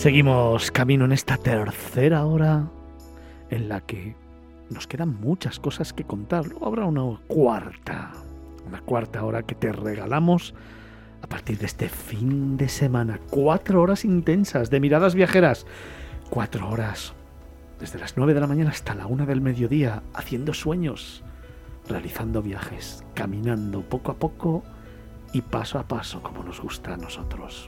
Seguimos camino en esta tercera hora en la que nos quedan muchas cosas que contar. Luego habrá una cuarta hora que te regalamos a partir de este fin de semana. 4 horas intensas de miradas viajeras. 4 horas desde las 9 de la mañana hasta la 1 del mediodía, haciendo sueños, realizando viajes, caminando poco a poco y paso a paso, como nos gusta a nosotros.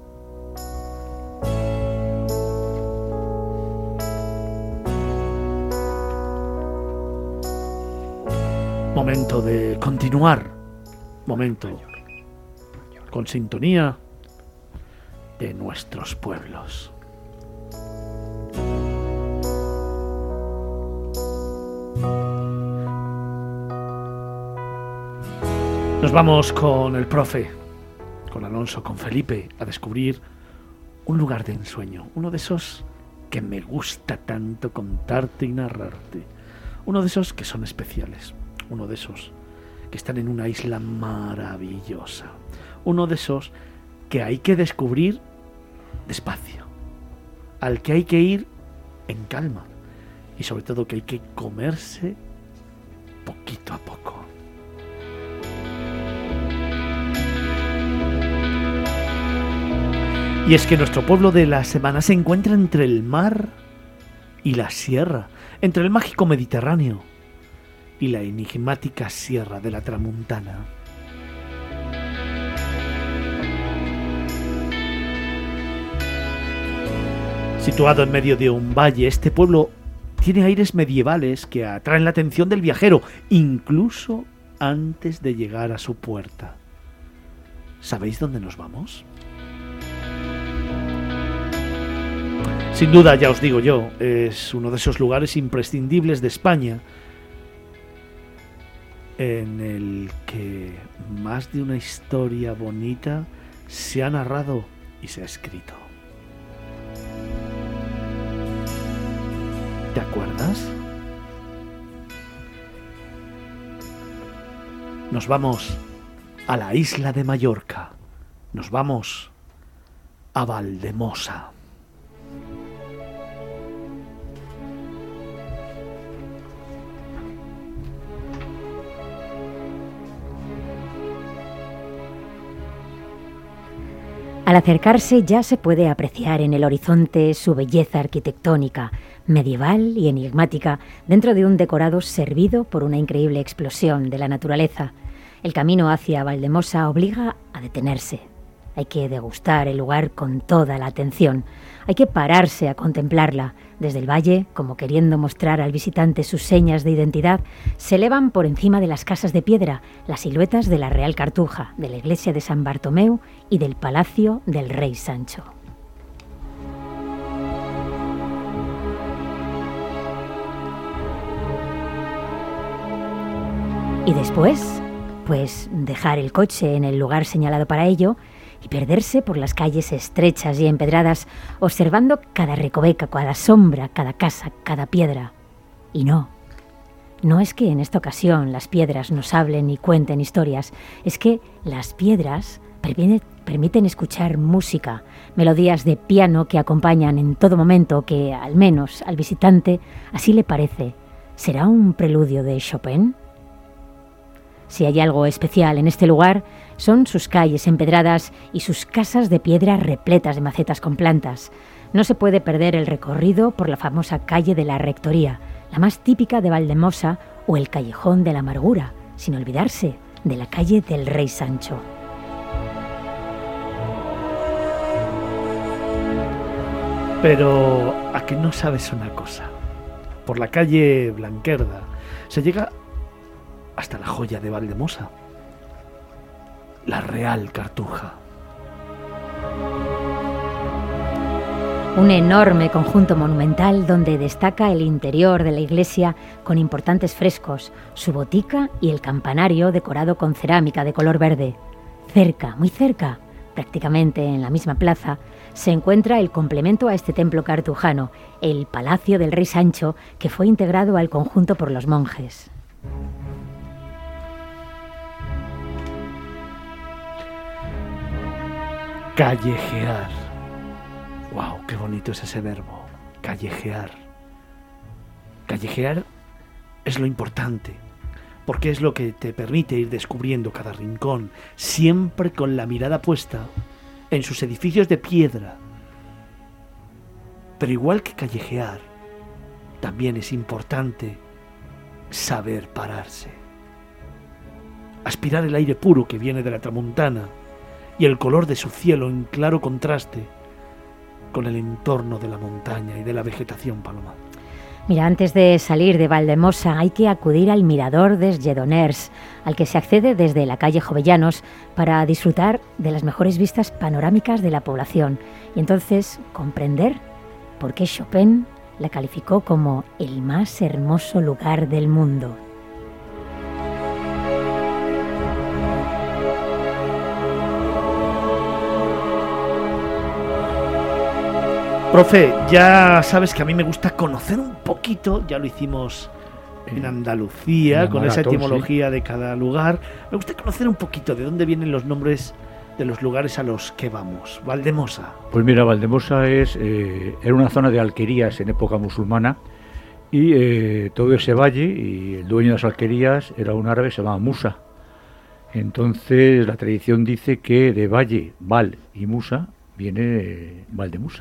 Momento de continuar, momento con sintonía de nuestros pueblos. Nos vamos con el profe, con Alonso, con Felipe, a descubrir un lugar de ensueño, uno de esos que me gusta tanto contarte y narrarte, uno de esos que son especiales, uno de esos que están en una isla maravillosa, uno de esos que hay que descubrir despacio, al que hay que ir en calma y sobre todo que hay que comerse poquito a poco. Y es que nuestro pueblo de la semana se encuentra entre el mar y la sierra, entre el mágico Mediterráneo y la enigmática Sierra de la Tramuntana. Situado en medio de un valle, este pueblo tiene aires medievales que atraen la atención del viajero, incluso antes de llegar a su puerta. ¿Sabéis dónde nos vamos? Sin duda, ya os digo yo, es uno de esos lugares imprescindibles de España en el que más de una historia bonita se ha narrado y se ha escrito. ¿Te acuerdas? Nos vamos a la isla de Mallorca. Nos vamos a Valldemosa. Al acercarse ya se puede apreciar en el horizonte su belleza arquitectónica, medieval y enigmática, dentro de un decorado servido por una increíble explosión de la naturaleza. El camino hacia Valldemosa obliga a detenerse. Hay que degustar el lugar con toda la atención. Hay que pararse a contemplarla. Desde el valle, como queriendo mostrar al visitante sus señas de identidad, se elevan por encima de las casas de piedra las siluetas de la Real Cartuja, de la iglesia de San Bartomeu y del palacio del rey Sancho. Y después, pues dejar el coche en el lugar señalado para ello y perderse por las calles estrechas y empedradas, observando cada recoveca, cada sombra, cada casa, cada piedra. Y no es que en esta ocasión las piedras nos hablen y cuenten historias, es que las piedras permiten escuchar música, melodías de piano que acompañan en todo momento, que al menos al visitante así le parece. ¿Será un preludio de Chopin? Si hay algo especial en este lugar, son sus calles empedradas y sus casas de piedra repletas de macetas con plantas. No se puede perder el recorrido por la famosa calle de la Rectoría, la más típica de Valldemosa, o el Callejón de la Amargura, sin olvidarse de la calle del Rey Sancho. Pero, ¿a qué no sabes una cosa? Por la calle Blanquerda se llega hasta la joya de Valldemosa, la Real Cartuja. Un enorme conjunto monumental donde destaca el interior de la iglesia con importantes frescos, su botica y el campanario decorado con cerámica de color verde. Cerca, muy cerca, prácticamente en la misma plaza, se encuentra el complemento a este templo cartujano, el Palacio del Rey Sancho, que fue integrado al conjunto por los monjes. Callejear, ¡Wow! ¡Qué bonito es ese verbo! Callejear. Callejear es lo importante, porque es lo que te permite ir descubriendo cada rincón, siempre con la mirada puesta en sus edificios de piedra. Pero igual que callejear, también es importante saber pararse. Aspirar el aire puro que viene de la tramuntana y el color de su cielo en claro contraste con el entorno de la montaña y de la vegetación palomar. Mira, antes de salir de Valldemosa hay que acudir al Mirador des Lledoners, al que se accede desde la calle Jovellanos para disfrutar de las mejores vistas panorámicas de la población y entonces comprender por qué Chopin la calificó como el más hermoso lugar del mundo. Profe, ya sabes que a mí me gusta conocer un poquito, ya lo hicimos en Andalucía, con esa etimología de cada lugar. Me gusta conocer un poquito de dónde vienen los nombres de los lugares a los que vamos. Valldemosa. Pues mira, Valldemosa era una zona de alquerías en época musulmana y todo ese valle, y el dueño de las alquerías era un árabe, se llamaba Musa. Entonces la tradición dice que de valle, Val y Musa viene Valldemosa.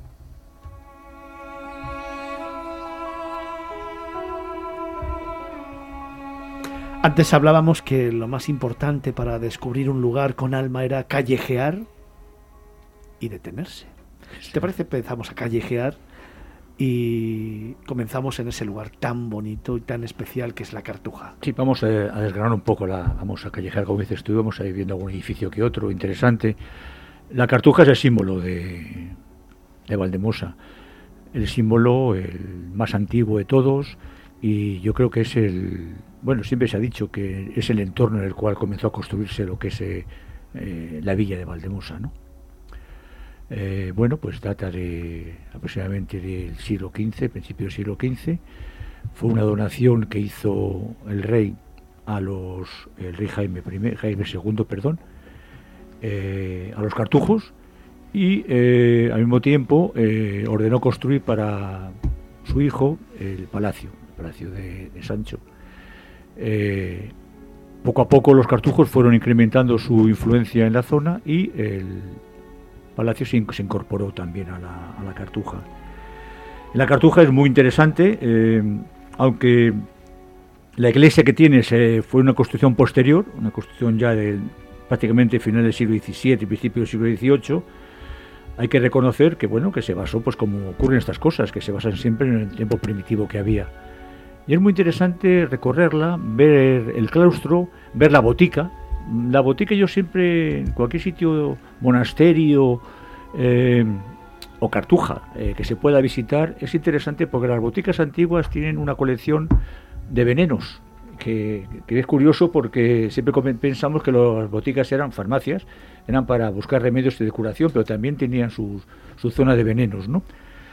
Antes hablábamos que lo más importante para descubrir un lugar con alma era callejear y detenerse. Sí. ¿Te parece? Empezamos a callejear y comenzamos en ese lugar tan bonito y tan especial que es la Cartuja. Sí, vamos a desgranar un poco, vamos a callejear, como dices tú, vamos a ir viendo algún edificio que otro, interesante. La Cartuja es el símbolo de Valldemosa, el símbolo el más antiguo de todos, y yo creo que es siempre se ha dicho que es el entorno en el cual comenzó a construirse lo que es la villa de Valldemosa, ¿no? Pues data de aproximadamente del siglo XV, principio del siglo XV. Fue una donación que hizo el rey el rey Jaime II, a los cartujos, y al mismo tiempo ordenó construir para su hijo el palacio de Sancho. Poco a poco los cartujos fueron incrementando su influencia en la zona y el palacio se incorporó también a la Cartuja. La Cartuja es muy interesante, aunque la iglesia que tiene fue una construcción posterior, una construcción ya prácticamente final del siglo XVII, principio del siglo XVIII. Hay que reconocer que se basó, pues como ocurren estas cosas, que se basan siempre en el tiempo primitivo que había. Y es muy interesante recorrerla, ver el claustro, ver la botica. La botica, yo siempre, en cualquier sitio, monasterio o cartuja que se pueda visitar, es interesante porque las boticas antiguas tienen una colección de venenos, que es curioso porque siempre pensamos que las boticas eran farmacias, eran para buscar remedios de curación, pero también tenían su zona de venenos, ¿no?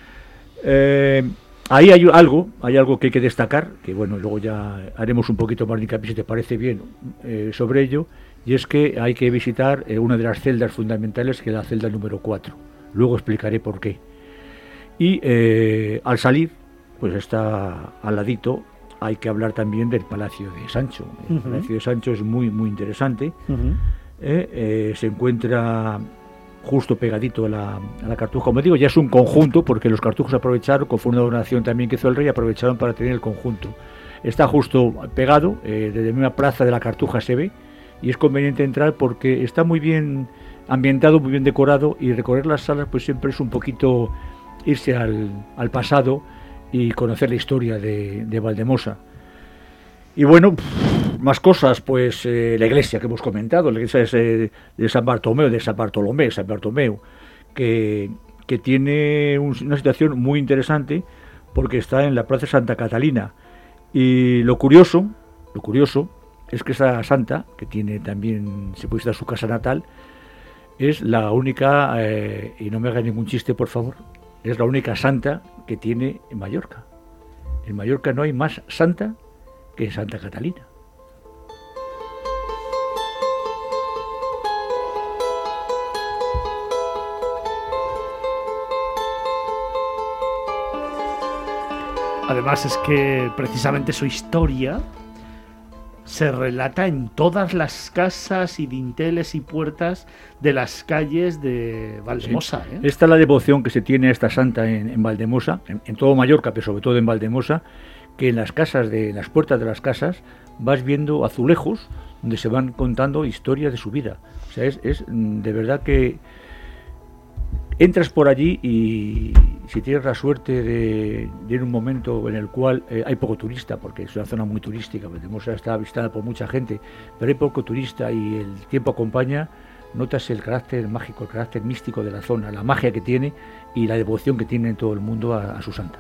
Ahí hay algo que hay que destacar, que luego ya haremos un poquito más de hincapié, si te parece bien, sobre ello, y es que hay que visitar una de las celdas fundamentales, que es la celda número 4. Luego explicaré por qué. Y al salir, pues está al ladito, hay que hablar también del Palacio de Sancho. El Palacio de Sancho es muy, muy interesante. Se encuentra justo pegadito a la Cartuja. Como digo, ya es un conjunto, porque los cartujos aprovecharon, con una donación también que hizo el rey, aprovecharon para tener el conjunto. Está justo pegado, desde la misma plaza de la Cartuja se ve, y es conveniente entrar porque está muy bien ambientado, muy bien decorado, y recorrer las salas pues siempre es un poquito irse al pasado y conocer la historia de Valldemosa. Y más cosas, pues la iglesia que hemos comentado, la iglesia de San Bartolomé, que tiene una situación muy interesante porque está en la plaza Santa Catalina. Y lo curioso es que esa santa, que tiene también, se puede visitar su casa natal, es la única, y no me haga ningún chiste por favor, es la única santa que tiene en Mallorca. En Mallorca no hay más santa que Santa Catalina. Además es que precisamente su historia se relata en todas las casas y dinteles y puertas de las calles de Valdemosa. Sí. Esta es la devoción que se tiene a esta santa en Valdemosa, en todo Mallorca, pero sobre todo en Valdemosa, que en las casas, en las puertas de las casas, vas viendo azulejos donde se van contando historias de su vida. O sea, es de verdad que entras por allí y si tienes la suerte de ir en un momento en el cual hay poco turista, porque es una zona muy turística, Valdemosa está visitada por mucha gente, pero hay poco turista y el tiempo acompaña, notas el carácter mágico, el carácter místico de la zona, la magia que tiene y la devoción que tiene todo el mundo a su santa.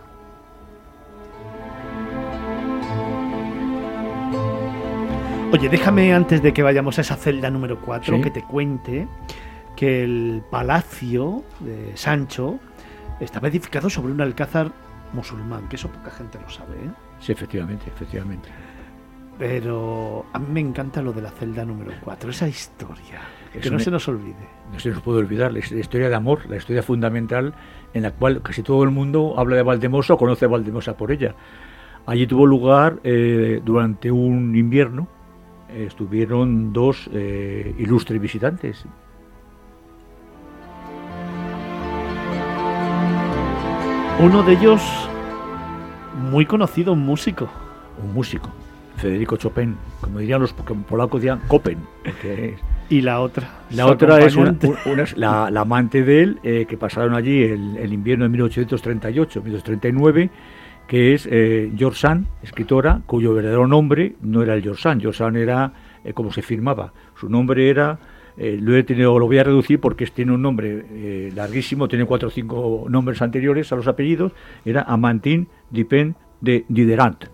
Oye, déjame antes de que vayamos a esa celda número 4 ¿Sí? que te cuente que el palacio de Sancho estaba edificado sobre un alcázar musulmán, que eso poca gente lo sabe, ¿eh? Sí, efectivamente. Pero a mí me encanta lo de la celda número 4, esa historia, que no se nos olvide. No se nos puede olvidar, la historia de amor, la historia fundamental en la cual casi todo el mundo habla de Valdemosa o conoce a Valdemosa por ella. Allí tuvo lugar durante un invierno, estuvieron dos ilustres visitantes. Uno de ellos, muy conocido, un músico, Federico Chopin, como dirían los polacos, dirían Chopin. Y la otra es la amante de él, que pasaron allí el invierno de 1838-1839, que es George Sand, escritora, cuyo verdadero nombre no era el George Sand. George Sand era como se firmaba. Su nombre era, lo voy a reducir porque tiene un nombre larguísimo, tiene 4 o 5 nombres anteriores a los apellidos, era Amandine Dupin de Diderot,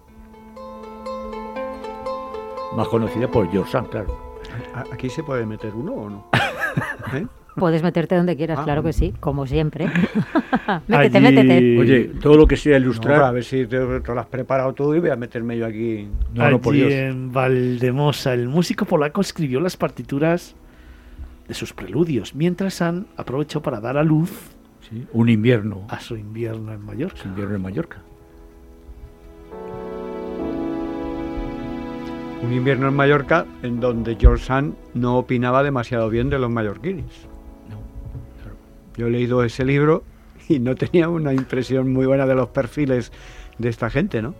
más conocida por George Sand, claro. ¿Aquí se puede meter uno o no? ¿Eh? Puedes meterte donde quieras, claro que sí, como siempre. Allí... métete. Oye, todo lo que sea ilustrar... No, a ver si te lo has preparado todo y voy a meterme yo aquí. No, por allí Dios. en Valdemosa, el músico polaco escribió las partituras de sus preludios, mientras Sand aprovechó para dar a luz un invierno a su invierno en Mallorca. Su invierno en Mallorca. Un invierno en Mallorca en donde George Sand no opinaba demasiado bien de los mallorquines. No, claro. Yo he leído ese libro y no tenía una impresión muy buena de los perfiles de esta gente, ¿no?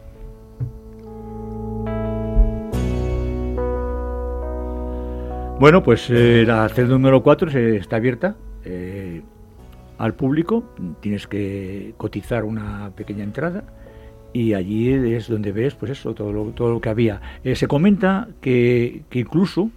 Bueno, pues la celda número 4 está abierta al público. Tienes que cotizar una pequeña entrada y allí es donde ves, pues eso, todo lo que había. Se comenta que incluso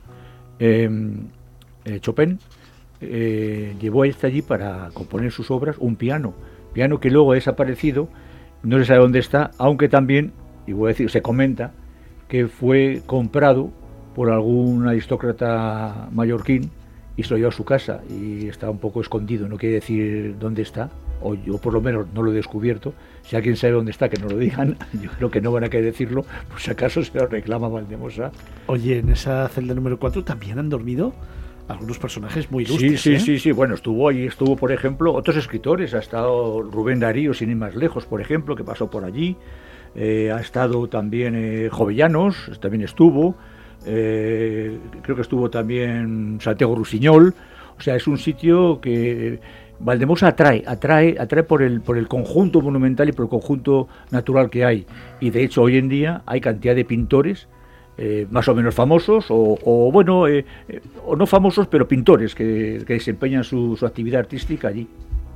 Chopin llevó hasta allí para componer sus obras un piano que luego ha desaparecido, no se sabe dónde está, aunque también, y voy a decir, se comenta que fue comprado por algún aristócrata mallorquín y se lo llevó a su casa y está un poco escondido, no quiere decir dónde está, o yo por lo menos no lo he descubierto. Si alguien sabe dónde está, que nos lo digan. Yo creo que no van a querer decirlo, por si acaso se lo reclama Valdemosa. Oye, en esa celda número 4 también han dormido algunos personajes muy ilustres. Sí. Bueno, estuvo por ejemplo otros escritores. Ha estado Rubén Darío, sin ir más lejos, por ejemplo, que pasó por allí. Ha estado también Jovellanos, también estuvo. Creo que estuvo también Santiago Rusiñol. O sea, es un sitio que Valdemosa atrae por el conjunto monumental y por el conjunto natural que hay. Y de hecho hoy en día hay cantidad de pintores más o menos famosos o no famosos, pero pintores que desempeñan su actividad artística allí.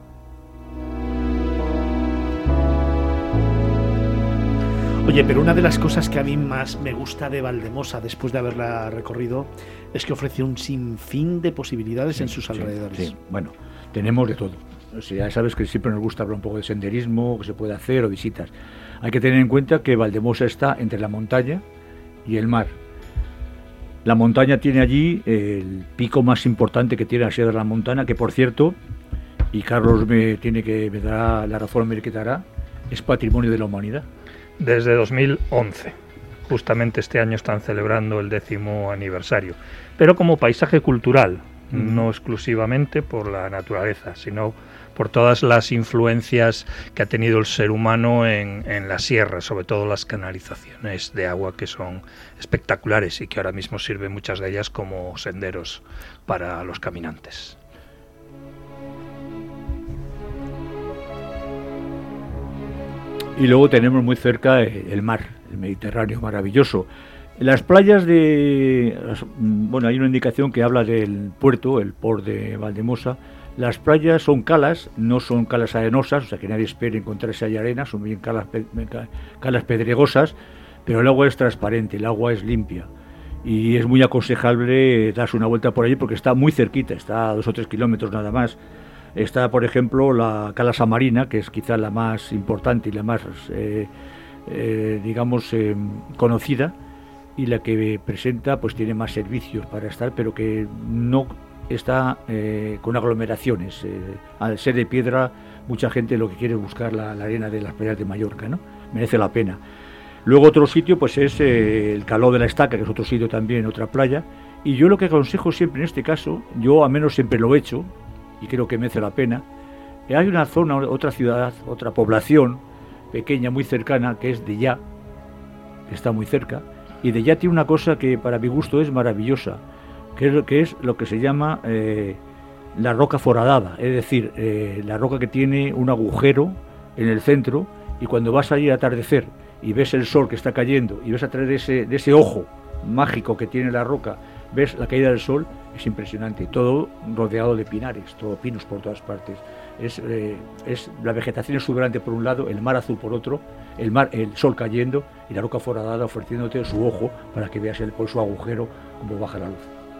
Oye, pero una de las cosas que a mí más me gusta de Valdemosa, después de haberla recorrido, es que ofrece un sinfín de posibilidades en sus alrededores. Sí. Bueno, tenemos de todo. O sea, ya sabes que siempre nos gusta hablar un poco de senderismo, que se puede hacer, o visitas. Hay que tener en cuenta que Valdemosa está entre la montaña y el mar. La montaña tiene allí el pico más importante que tiene la Sierra de la Montana, que por cierto, y Carlos me dará la razón, me quitará, es patrimonio de la humanidad. Desde 2011. Justamente este año están celebrando el 10º aniversario. Pero como paisaje cultural, no exclusivamente por la naturaleza, sino por todas las influencias que ha tenido el ser humano en la sierra, sobre todo las canalizaciones de agua que son espectaculares y que ahora mismo sirven muchas de ellas como senderos para los caminantes. Y luego tenemos muy cerca el mar, el Mediterráneo, maravilloso. Las playas bueno, hay una indicación que habla del puerto, el port de Valdemosa. Las playas son calas, no son calas arenosas, o sea que nadie espere encontrarse ahí arena, son bien calas pedregosas, pero el agua es transparente, el agua es limpia. Y es muy aconsejable darse una vuelta por allí porque está muy cerquita, está a 2 o 3 kilómetros nada más. Está, por ejemplo, la Cala Samarina, que es quizá la más importante y la más, conocida, y la que presenta, pues tiene más servicios para estar, pero que no está con aglomeraciones. Al ser de piedra, mucha gente lo que quiere es buscar la arena de las playas de Mallorca, ¿no? Merece la pena. Luego otro sitio, pues es el Caló de la Estaca, que es otro sitio también, otra playa, y yo lo que aconsejo siempre en este caso, yo al menos siempre lo he hecho, y creo que merece la pena. Hay una zona, otra ciudad, otra población pequeña, muy cercana, que es Dellà, que está muy cerca, y Dellà tiene una cosa que para mi gusto es maravillosa, que es lo que se llama la roca foradada, es decir, la roca que tiene un agujero en el centro, y cuando vas allí a atardecer y ves el sol que está cayendo y ves a través de ese ojo mágico que tiene la roca, ves la caída del sol, es impresionante, todo rodeado de pinares, todo pinos por todas partes. La vegetación exuberante por un lado, el mar azul por otro, el sol cayendo y la roca foradada ofreciéndote su ojo para que veas por su agujero cómo baja la luz.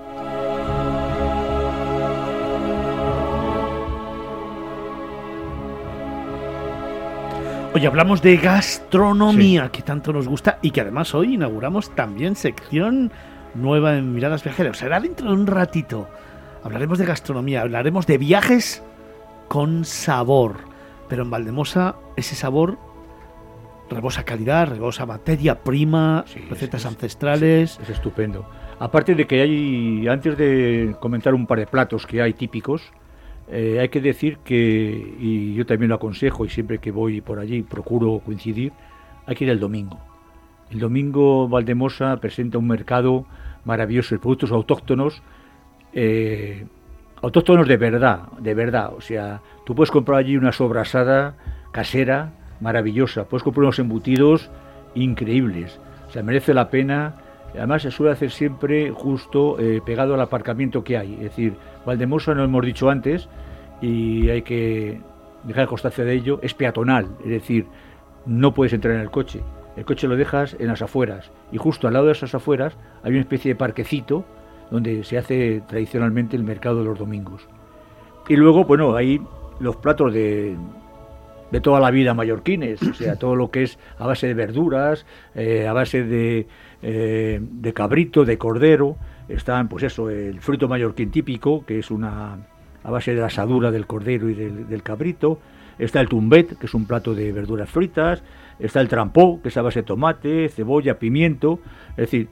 Hoy hablamos de gastronomía, que tanto nos gusta y que además hoy inauguramos también sección nueva en Miradas Viajeras. Será dentro de un ratito. Hablaremos de gastronomía, hablaremos de viajes con sabor. Pero en Valdemosa ese sabor rebosa calidad, rebosa materia prima, recetas ancestrales. Es estupendo. Aparte de que antes de comentar un par de platos que hay típicos, hay que decir que, y yo también lo aconsejo y siempre que voy por allí procuro coincidir, hay que ir el domingo. El domingo Valdemosa presenta un mercado maravilloso de productos autóctonos, autóctonos de verdad. O sea, tú puedes comprar allí una sobrasada casera maravillosa, puedes comprar unos embutidos increíbles, o sea, merece la pena. Además se suele hacer siempre justo pegado al aparcamiento que hay, es decir, Valdemosa, no hemos dicho antes, y hay que dejar constancia de ello, es peatonal, es decir, no puedes entrar en el coche lo dejas en las afueras, y justo al lado de esas afueras hay una especie de parquecito donde se hace tradicionalmente el mercado de los domingos. Y luego, bueno, hay los platos de toda la vida mallorquines, o sea, todo lo que es a base de verduras, a base de cabrito, de cordero. Están, pues eso, el frito mallorquín típico, que es a base de la asadura del cordero y del cabrito. Está el tumbet, que es un plato de verduras fritas. Está el trampó, que es a base de tomate, cebolla, pimiento. Es decir,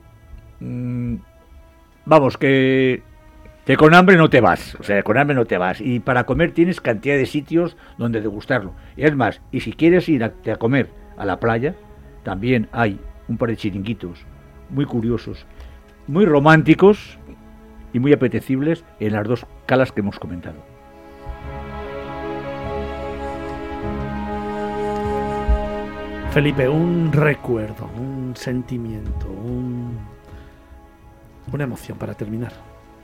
vamos, que con hambre no te vas, o sea, con hambre no te vas. Y para comer tienes cantidad de sitios donde degustarlo. Y es más, y si quieres ir a comer a la playa, también hay un par de chiringuitos muy curiosos, muy románticos y muy apetecibles en las dos calas que hemos comentado. Felipe, un recuerdo, un sentimiento, una emoción para terminar.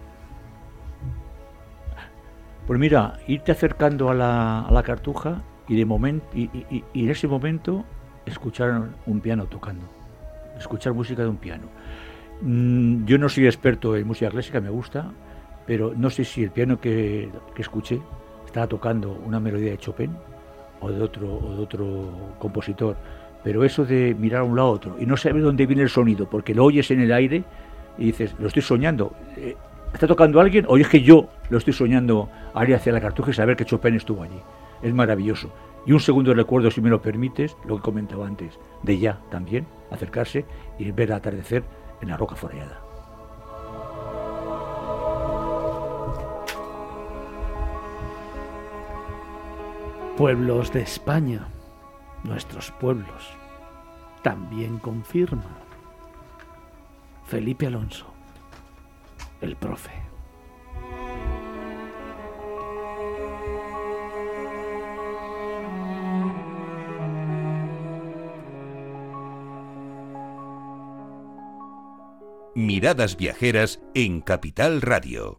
Pues mira, irte acercando a la Cartuja y en ese momento escuchar un piano tocando, escuchar música de un piano. Yo no soy experto en música clásica, me gusta, pero no sé si el piano que escuché estaba tocando una melodía de Chopin o de otro compositor, pero eso de mirar a un lado a otro y no saber dónde viene el sonido, porque lo oyes en el aire y dices, lo estoy soñando. ¿Está tocando alguien o es que yo lo estoy soñando al ir hacia la Cartuja y saber que Chopin estuvo allí? Es maravilloso. Y un segundo recuerdo, si me lo permites, lo que comentaba antes, Dellà también, acercarse y ver el atardecer en la roca foradada. pueblos de España, nuestros pueblos, también confirma Felipe Alonso, el profe. Miradas Viajeras en Capital Radio.